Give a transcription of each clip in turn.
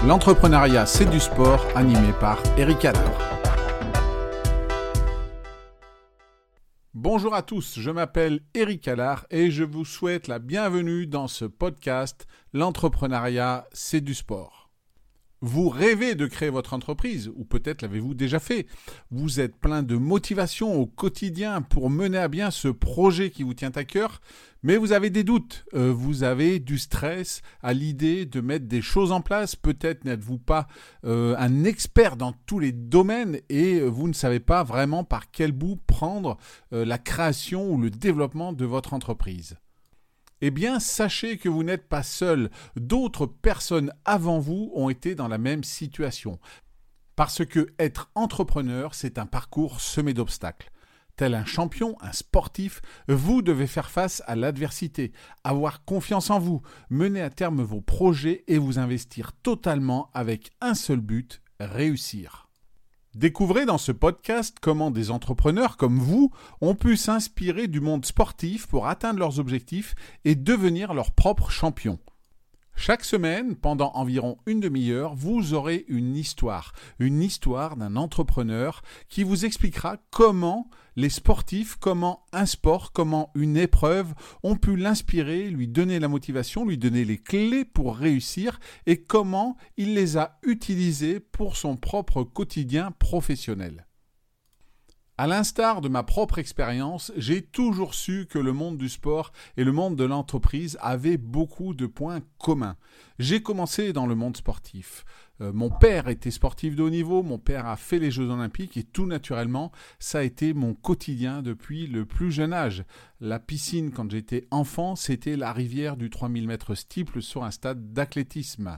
L'entrepreneuriat, c'est du sport, animé par Eric Allard. Bonjour à tous, je m'appelle Eric Allard et je vous souhaite la bienvenue dans ce podcast « L'entrepreneuriat, c'est du sport ». Vous rêvez de créer votre entreprise, ou peut-être l'avez-vous déjà fait. Vous êtes plein de motivation au quotidien pour mener à bien ce projet qui vous tient à cœur, mais vous avez des doutes, vous avez du stress à l'idée de mettre des choses en place. Peut-être n'êtes-vous pas un expert dans tous les domaines et vous ne savez pas vraiment par quel bout prendre la création ou le développement de votre entreprise. Eh bien, sachez que vous n'êtes pas seul. D'autres personnes avant vous ont été dans la même situation. Parce que être entrepreneur, c'est un parcours semé d'obstacles. Tel un champion, un sportif, vous devez faire face à l'adversité, avoir confiance en vous, mener à terme vos projets et vous investir totalement avec un seul but, réussir. Découvrez dans ce podcast comment des entrepreneurs comme vous ont pu s'inspirer du monde sportif pour atteindre leurs objectifs et devenir leurs propres champions. Chaque semaine, pendant environ une demi-heure, vous aurez une histoire d'un entrepreneur qui vous expliquera comment les sportifs, comment un sport, comment une épreuve ont pu l'inspirer, lui donner la motivation, lui donner les clés pour réussir et comment il les a utilisées pour son propre quotidien professionnel. À l'instar de ma propre expérience, j'ai toujours su que le monde du sport et le monde de l'entreprise avaient beaucoup de points communs. J'ai commencé dans le monde sportif. Mon père était sportif de haut niveau, mon père a fait les Jeux Olympiques et tout naturellement, ça a été mon quotidien depuis le plus jeune âge. La piscine, quand j'étais enfant, c'était la rivière du 3000 mètres steeple sur un stade d'athlétisme.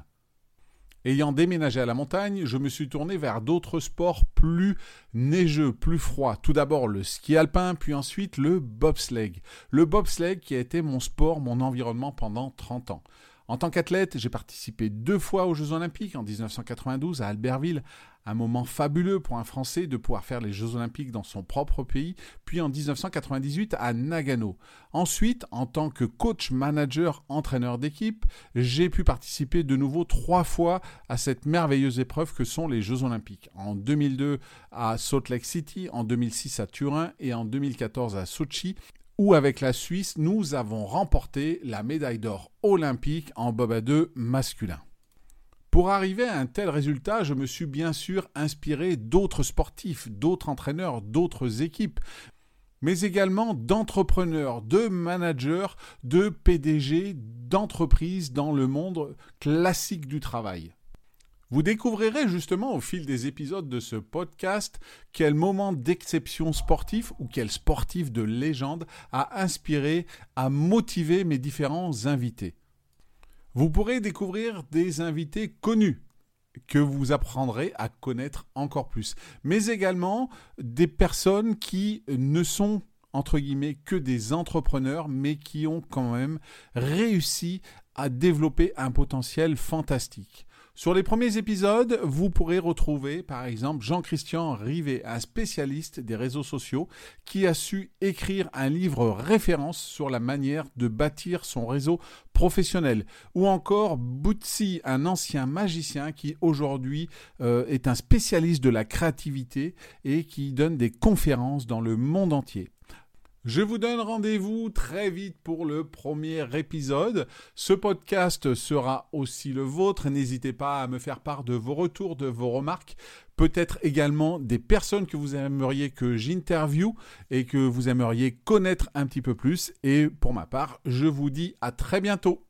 Ayant déménagé à la montagne, je me suis tourné vers d'autres sports plus neigeux, plus froids. Tout d'abord le ski alpin, puis ensuite le bobsleigh. Le bobsleigh qui a été mon sport, mon environnement pendant 30 ans. En tant qu'athlète, j'ai participé 2 fois aux Jeux Olympiques, en 1992 à Albertville, un moment fabuleux pour un Français de pouvoir faire les Jeux Olympiques dans son propre pays, puis en 1998 à Nagano. Ensuite, en tant que coach, manager, entraîneur d'équipe, j'ai pu participer de nouveau 3 fois à cette merveilleuse épreuve que sont les Jeux Olympiques. En 2002 à Salt Lake City, en 2006 à Turin et en 2014 à Sochi, où avec la Suisse, nous avons remporté la médaille d'or olympique en bob à 2 masculin. Pour arriver à un tel résultat, je me suis bien sûr inspiré d'autres sportifs, d'autres entraîneurs, d'autres équipes, mais également d'entrepreneurs, de managers, de PDG, d'entreprises dans le monde classique du travail. Vous découvrirez justement au fil des épisodes de ce podcast quel moment d'exception sportif ou quel sportif de légende a inspiré, a motivé mes différents invités. Vous pourrez découvrir des invités connus que vous apprendrez à connaître encore plus, mais également des personnes qui ne sont entre guillemets que des entrepreneurs, mais qui ont quand même réussi à développer un potentiel fantastique. Sur les premiers épisodes, vous pourrez retrouver par exemple Jean-Christian Rivet, un spécialiste des réseaux sociaux qui a su écrire un livre référence sur la manière de bâtir son réseau professionnel. Ou encore Bootsy, un ancien magicien qui aujourd'hui est un spécialiste de la créativité et qui donne des conférences dans le monde entier. Je vous donne rendez-vous très vite pour le premier épisode. Ce podcast sera aussi le vôtre. N'hésitez pas à me faire part de vos retours, de vos remarques. Peut-être également des personnes que vous aimeriez que j'interviewe et que vous aimeriez connaître un petit peu plus. Et pour ma part, je vous dis à très bientôt.